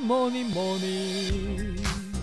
morning morning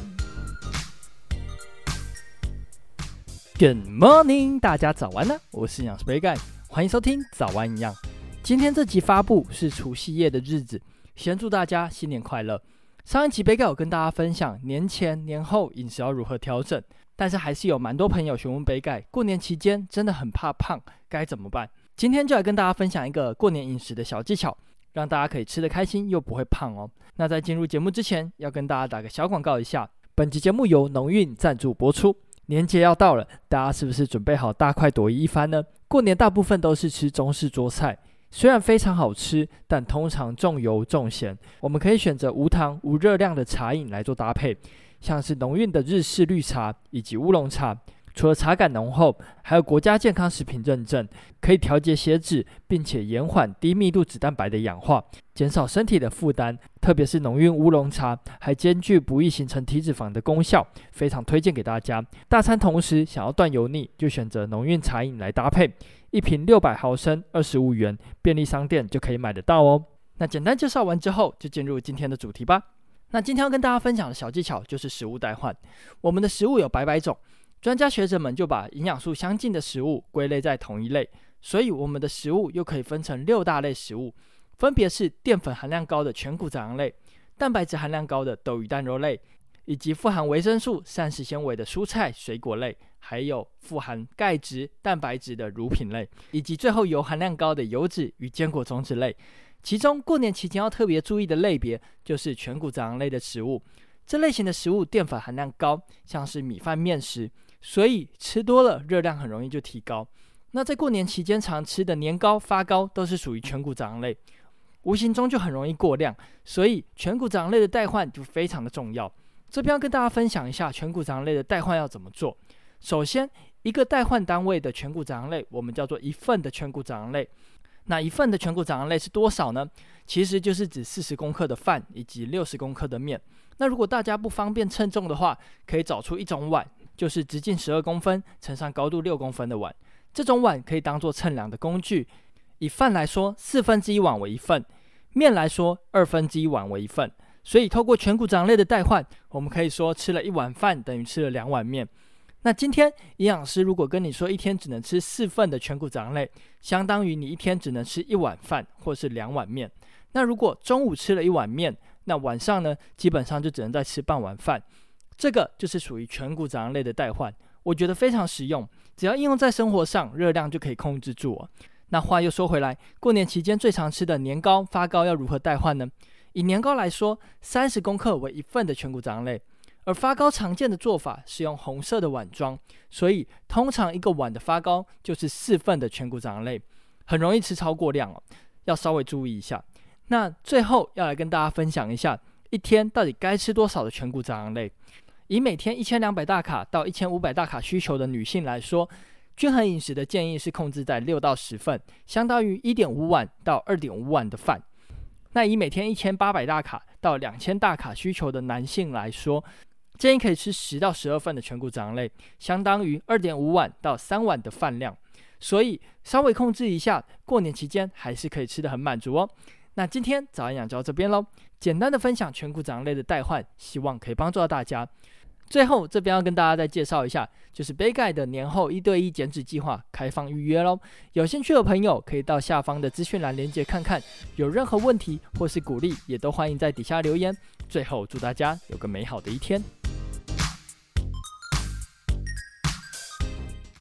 Good morning， 大家早安呢！我是营养师杯盖，欢迎收听早安营养。今天这集发布是除夕夜的日子，先祝大家新年快乐。上一集杯盖有跟大家分享年前年后饮食要如何调整，但是还是有蛮多朋友询问杯盖，过年期间真的很怕胖，该怎么办？今天就来跟大家分享一个过年饮食的小技巧，让大家可以吃得开心又不会胖哦。那在进入节目之前，要跟大家打个小广告一下，本集节目由农运赞助播出。年节要到了，大家是不是准备好大快朵颐一番呢？过年大部分都是吃中式桌菜，虽然非常好吃，但通常重油重咸。我们可以选择无糖无热量的茶饮来做搭配，像是农运的日式绿茶以及乌龙茶。除了茶感浓厚，还有国家健康食品认证，可以调节血脂，并且延缓低密度脂蛋白的氧化，减少身体的负担。特别是农运乌龙茶，还兼具不易形成体脂肪的功效，非常推荐给大家。大餐同时想要断油腻，就选择农运茶饮来搭配，一瓶600毫升，25元，便利商店就可以买得到哦。那简单介绍完之后，就进入今天的主题吧。那今天要跟大家分享的小技巧就是食物代换。我们的食物有百百种，专家学者们就把营养素相近的食物归类在同一类，所以我们的食物又可以分成6大类食物，分别是淀粉含量高的全谷杂粮类、蛋白质含量高的豆鱼蛋肉类，以及富含维生素、膳食纤维的蔬菜水果类，还有富含钙质、蛋白质的乳品类，以及最后油含量高的油脂与坚果种子类。其中过年期间要特别注意的类别就是全谷杂粮类的食物，这类型的食物淀粉含量高，像是米饭面食，所以吃多了热量很容易就提高。那在过年期间常吃的年糕、发糕都是属于全谷杂粮类，无形中就很容易过量，所以全谷杂粮类的代换就非常的重要。这边要跟大家分享一下全谷杂粮类的代换要怎么做。首先，一个代换单位的全谷杂粮类我们叫做1份的全谷杂粮类。那1份的全谷杂粮类是多少呢？其实就是指40公克的饭以及60公克的面。那如果大家不方便称重的话，可以找出一种碗，就是直径12公分乘上高度6公分的碗。这种碗可以当作称量的工具。以饭来说，1/4碗为1份，面来说1/2碗为1份。所以透过全谷杂粮类的代换，我们可以说吃了1碗饭等于吃了2碗面。那今天营养师如果跟你说一天只能吃4份的全谷杂粮类，相当于你一天只能吃1碗饭或是2碗面。那如果中午吃了1碗面，那晚上呢基本上就只能再吃半碗饭。这个就是属于全谷杂粮类的代换，我觉得非常实用，只要应用在生活上，热量就可以控制住哦。那话又说回来，过年期间最常吃的年糕、发糕要如何代换呢？以年糕来说，30公克为1份的全谷杂粮类，而发糕常见的做法是用红色的碗装，所以通常1个碗的发糕就是4份的全谷杂粮类，很容易吃超过量哦，要稍微注意一下。那最后要来跟大家分享一下，一天到底该吃多少的全谷杂粮类。以每天1200大卡到1500大卡需求的女性来说，均衡饮食的建议是控制在6到10份，相当于 1.5 碗到 2.5 碗的饭。那以每天1800大卡到2000大卡需求的男性来说，建议可以吃10到12份的全谷杂粮类，相当于 2.5 碗到3碗的饭量。所以稍微控制一下，过年期间还是可以吃得很满足哦。那今天早安营养就到这边咯，简单的分享全谷杂粮类的代换，希望可以帮助到大家。最后这边要跟大家再介绍一下，就是杯盖的年后1对1减脂计划开放预约咯，有兴趣的朋友可以到下方的资讯栏连结看看，有任何问题或是鼓励也都欢迎在底下留言。最后祝大家有个美好的一天。